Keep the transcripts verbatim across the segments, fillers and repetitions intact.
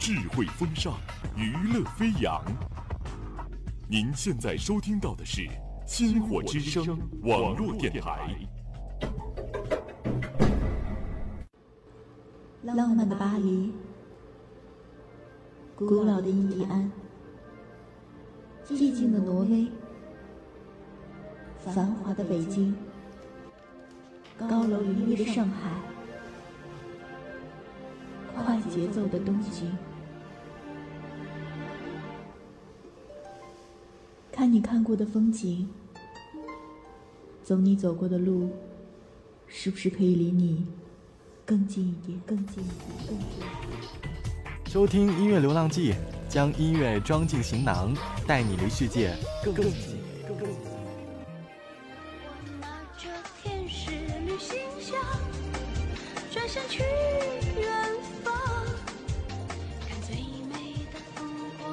智慧风尚，娱乐飞扬。您现在收听到的是星火之声网络电台。 浪漫的巴黎，古老的印第安，寂静的挪威，繁华的北京，高楼林立的上海，快节奏的东京。看你看过的风景，走你走过的路，是不是可以离你更近一点，更近一点，更近一点？ 收听音乐流浪记，将音乐装进行囊，带你离世界更近。更近。 我拿着天使旅行箱，转身去远方，看最美的风光。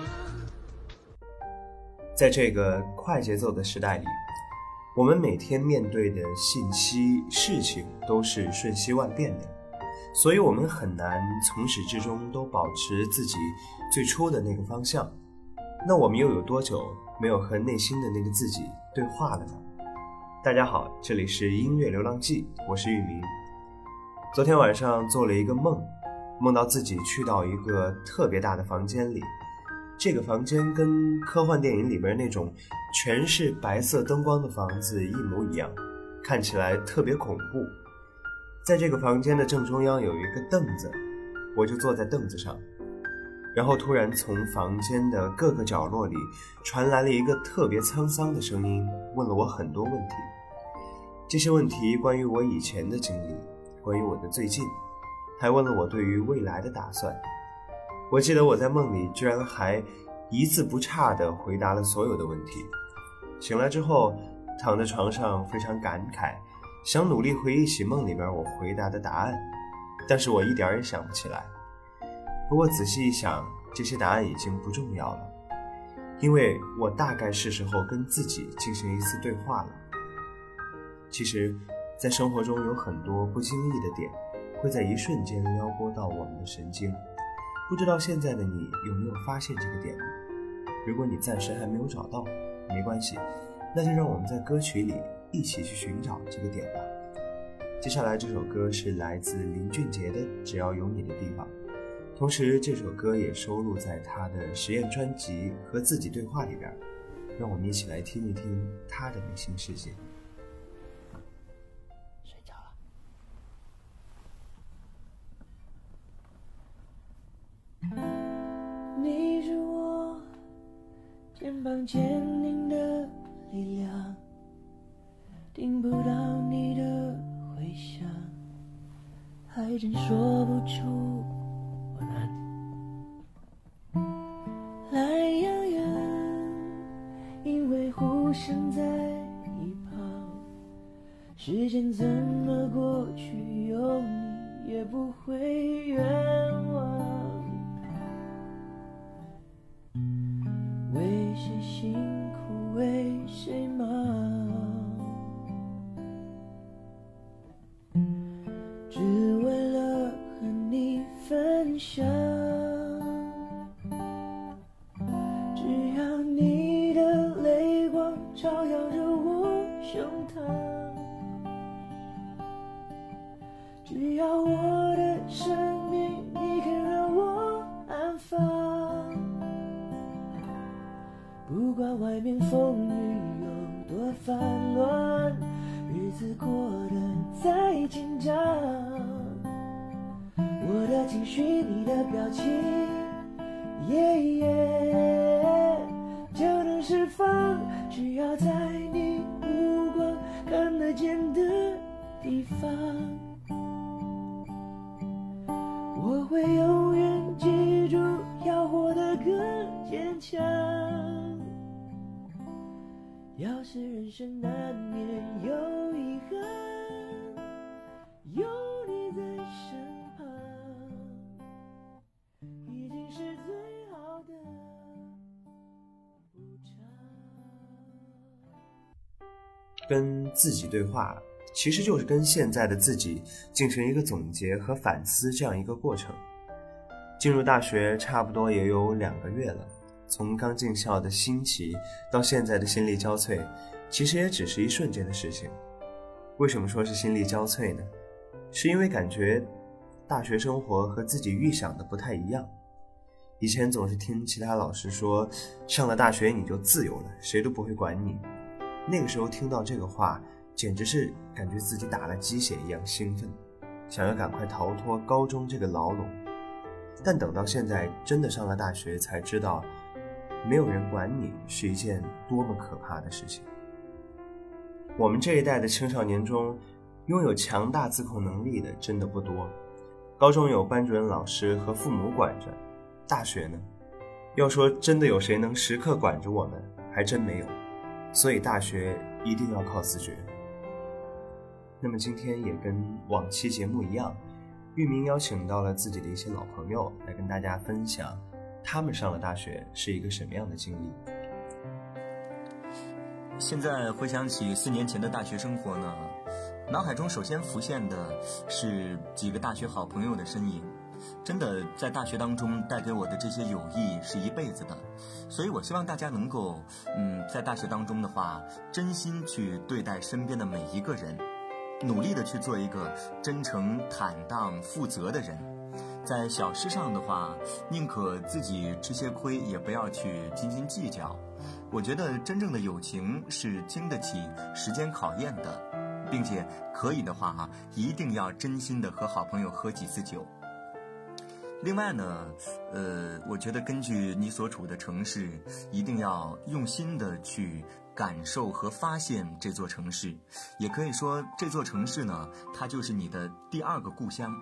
在这个快节奏的时代里，我们每天面对的信息、事情都是瞬息万变的，所以我们很难从始至终都保持自己最初的那个方向。那我们又有多久没有和内心的那个自己对话了呢？大家好，这里是音乐流浪记，我是玉明。昨天晚上做了一个梦，梦到自己去到一个特别大的房间里，这个房间跟科幻电影里面那种全是白色灯光的房子一模一样，看起来特别恐怖。在这个房间的正中央有一个凳子，我就坐在凳子上，然后突然从房间的各个角落里传来了一个特别沧桑的声音，问了我很多问题。这些问题关于我以前的经历，关于我的最近，还问了我对于未来的打算。我记得我在梦里居然还一字不差地回答了所有的问题。醒来之后躺在床上非常感慨，想努力回忆起梦里边我回答的答案，但是我一点也想不起来。不过仔细一想，这些答案已经不重要了，因为我大概是时候跟自己进行一次对话了。其实在生活中有很多不经意的点会在一瞬间撩拨到我们的神经，不知道现在的你有没有发现这个点呢？如果你暂时还没有找到，没关系，那就让我们在歌曲里一起去寻找这个点吧。接下来这首歌是来自林俊杰的《只要有你的地方》，同时这首歌也收录在他的实验专辑《和自己对话》里边，让我们一起来听一听他的内心世界。 睡着了。 你是我肩膀坚定的力量，听不到你的回响，还真说不出晚安。懒洋洋，因为互相在一旁，时间怎么过去，有你也不会冤枉。为谁辛苦为谁忙，只为了和你分享。只要你的泪光照耀着我胸膛，只要我的生命你肯让我安放。不管外面风雨有多烦乱，日子过得再紧张，我的情绪你的表情耶耶就能释放。只要在你目光看得见的地方，我会永远记住要活得更坚强。要是人生难免有遗憾，有你在身旁，已经是最好的补偿。 跟自己对话，其实就是跟现在的自己进行一个总结和反思这样一个过程。 进入大学差不多也有两个月了，从刚进校的新奇到现在的心力交瘁，其实也只是一瞬间的事情。为什么说是心力交瘁呢？是因为感觉大学生活和自己预想的不太一样。以前总是听其他老师说，上了大学你就自由了，谁都不会管你。那个时候听到这个话，简直是感觉自己打了鸡血一样兴奋，想要赶快逃脱高中这个牢笼。但等到现在真的上了大学，才知道没有人管你是一件多么可怕的事情。我们这一代的青少年中，拥有强大自控能力的真的不多。高中有班主任老师和父母管着，大学呢，要说真的有谁能时刻管着我们，还真没有。所以大学一定要靠自觉。那么今天也跟往期节目一样，玉明邀请到了自己的一些老朋友来跟大家分享他们上了大学是一个什么样的经历。 现在回想起四年前的大学生活呢，脑海中首先浮现的是几个大学好朋友的身影。真的在大学当中带给我的这些友谊是一辈子的，所以我希望大家能够嗯，在大学当中的话，真心去对待身边的每一个人，努力的去做一个真诚、坦荡、负责的人。在小事上的话，宁可自己吃些亏，也不要去斤斤计较。我觉得真正的友情是经得起时间考验的，并且可以的话哈，一定要真心的和好朋友喝几次酒。另外呢，呃，我觉得根据你所处的城市，一定要用心的去感受和发现这座城市，也可以说这座城市呢，它就是你的第二个故乡。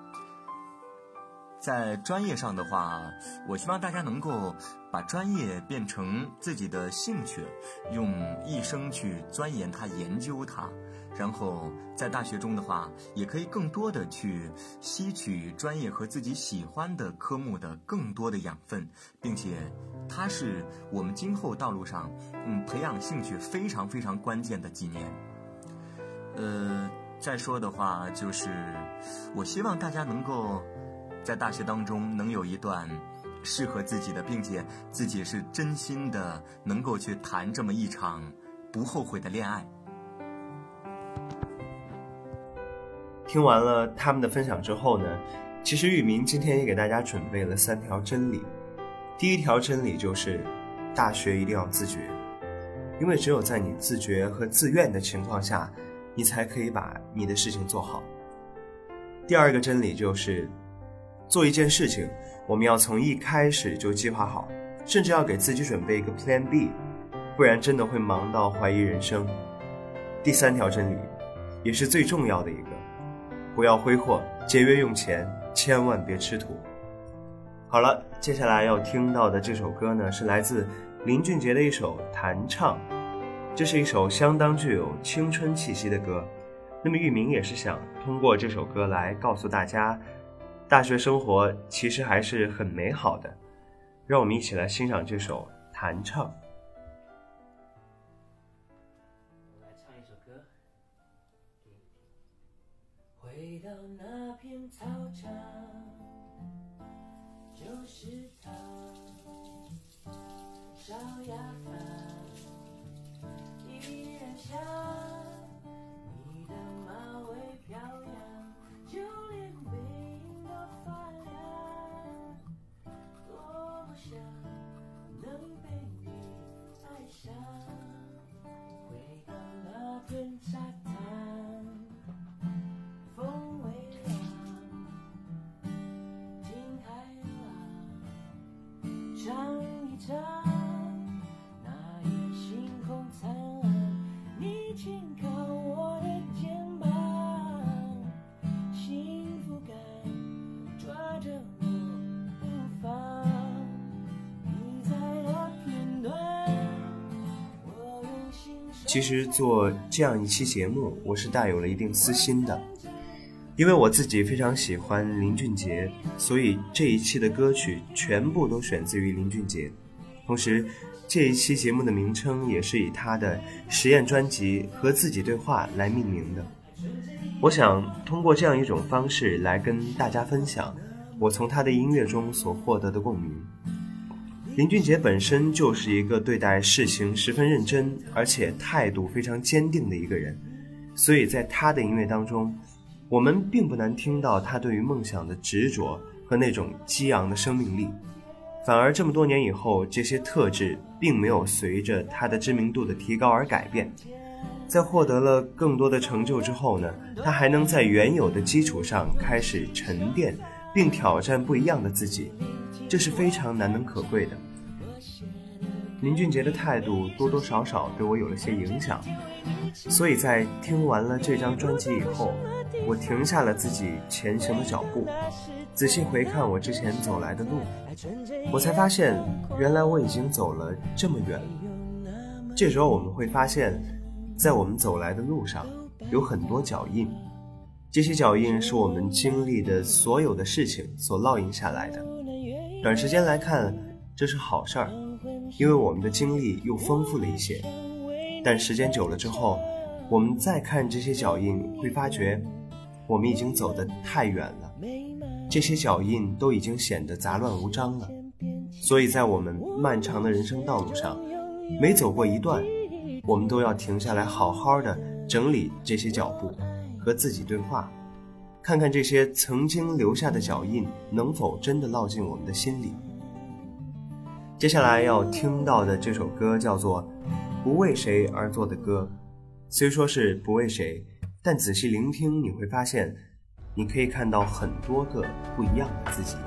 在专业上的话，我希望大家能够把专业变成自己的兴趣，用一生去钻研它、研究它。然后在大学中的话，也可以更多的去吸取专业和自己喜欢的科目的更多的养分，并且它是我们今后道路上嗯培养兴趣非常非常关键的几年。呃，再说的话就是，我希望大家能够在大学当中能有一段适合自己的，并且自己是真心的能够去谈这么一场不后悔的恋爱。 听完了他们的分享之后呢，其实玉明今天也给大家准备了三条真理。第一条真理就是，大学一定要自觉，因为只有在你自觉和自愿的情况下，你才可以把你的事情做好。第二个真理就是，做一件事情，我们要从一开始就计划好，甚至要给自己准备一个 Plan B， 不然真的会忙到怀疑人生。第三条真理，也是最重要的一个，不要挥霍，节约用钱，千万别吃土。好了，接下来要听到的这首歌呢，是来自林俊杰的一首弹唱，这是一首相当具有青春气息的歌。那么玉明也是想通过这首歌来告诉大家，大学生活其实还是很美好的。让我们一起来欣赏这首弹唱。 我来唱一首歌给你听。回到那片操场，就是他，烧鸭饭依然香，你的马尾飘扬，就连背影都发亮，多么想能被你爱上。回到那片沙滩，风微凉，听海浪唱一唱，那夜星空灿烂，你轻靠我的肩膀，幸福感抓着我不放，你在的片段，我用心守。 其实做这样一期节目，我是带有了一定私心的，因为我自己非常喜欢林俊杰，所以这一期的歌曲全部都选自于林俊杰。同时这一期节目的名称也是以他的实验专辑《和自己对话》来命名的。我想通过这样一种方式来跟大家分享， 我从他的音乐中所获得的共鸣。林俊杰本身就是一个对待事情十分认真，而且态度非常坚定的一个人，所以在他的音乐当中，我们并不难听到他对于梦想的执着和那种激昂的生命力。反而这么多年以后，这些特质并没有随着他的知名度的提高而改变。在获得了更多的成就之后呢，他还能在原有的基础上开始沉淀，并挑战不一样的自己，这是非常难能可贵的。林俊杰的态度多多少少对我有了些影响，所以在听完了这张专辑以后，我停下了自己前行的脚步，仔细回看我之前走来的路，我才发现原来我已经走了这么远。这时候我们会发现，在我们走来的路上有很多脚印，这些脚印是我们经历的所有的事情所烙印下来的。短时间来看，这是好事儿，因为我们的经历又丰富了一些。但时间久了之后，我们再看这些脚印，会发觉我们已经走得太远了，这些脚印都已经显得杂乱无章了。所以在我们漫长的人生道路上，每走过一段，我们都要停下来好好的整理这些脚步，和自己对话，看看这些曾经留下的脚印能否真的烙进我们的心里。接下来要听到的这首歌叫做《不为谁而作的歌》，虽说是不为谁，但仔细聆听你会发现，你可以看到很多个不一样的自己。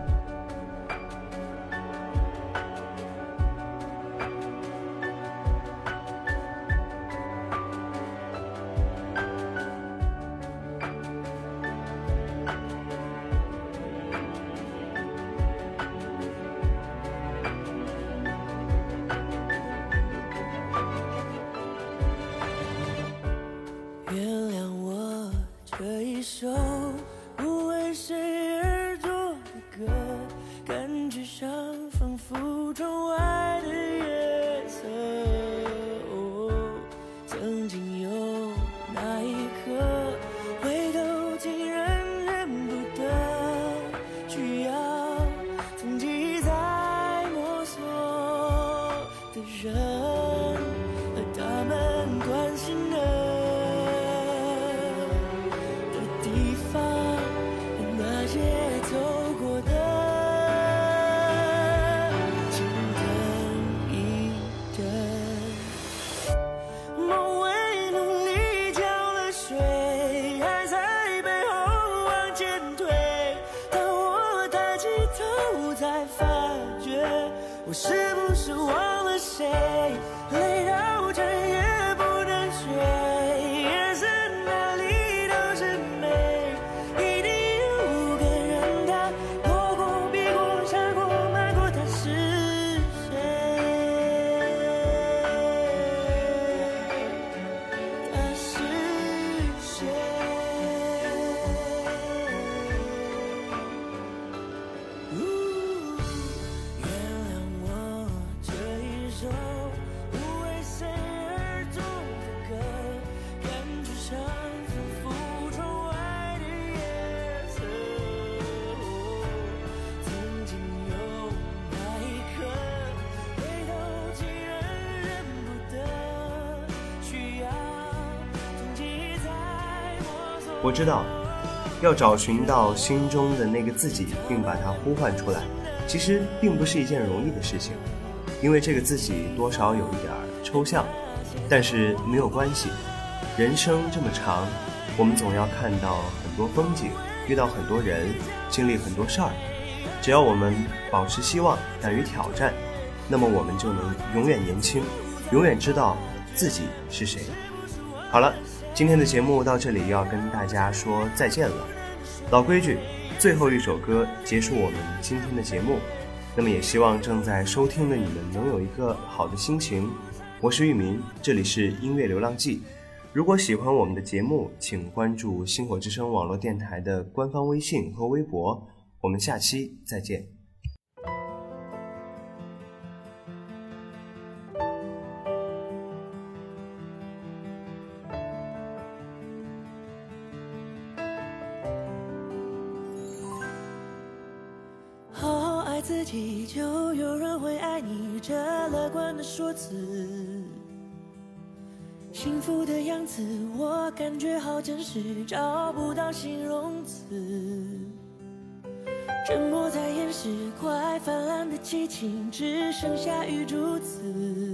我是不是忘了谁，累到这也不能睡，眼神哪里都是美，一定有个人他躲过避过闪过瞒过，他是谁，他是谁。 我知道，要找寻到心中的那个自己，并把它呼唤出来，其实并不是一件容易的事情，因为这个自己多少有一点抽象，但是没有关系。人生这么长，我们总要看到很多风景，遇到很多人，经历很多事儿。只要我们保持希望，敢于挑战，那么我们就能永远年轻，永远知道自己是谁。好了，今天的节目到这里要跟大家说再见了。老规矩，最后一首歌结束我们今天的节目。那么也希望正在收听的你们能有一个好的心情。我是玉民，这里是音乐流浪记。如果喜欢我们的节目，请关注星火之声网络电台的官方微信和微博。我们下期再见。 自己，就有人会爱你，这乐观的说辞。幸福的样子，我感觉好真实，找不到形容词。沉默在掩饰快泛滥的激情，只剩下雨珠子。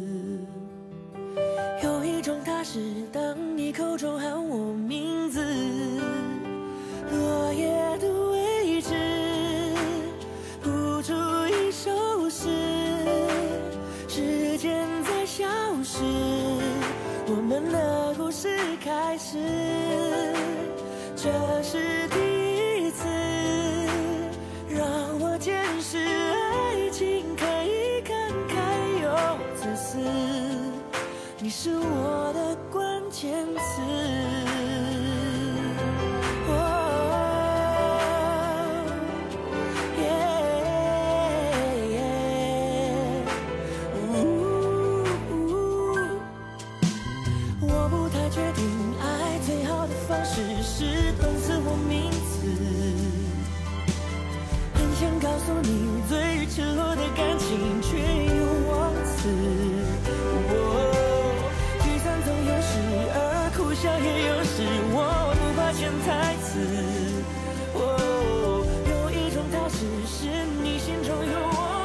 有一种踏实，当你口中喊我名字，落叶的位置，谱出一首诗，时间在消失，我们的故事开始，这是第一次让我见识爱情可以慷慨又自私，你是我的关键词。我不太确定爱最好的方式是动词或名词，很想告诉你最赤裸的感情，却又忘词。哦，聚散总有时，而哭笑也有时，我不怕潜台词。哦，有一种踏实，是你心中有我。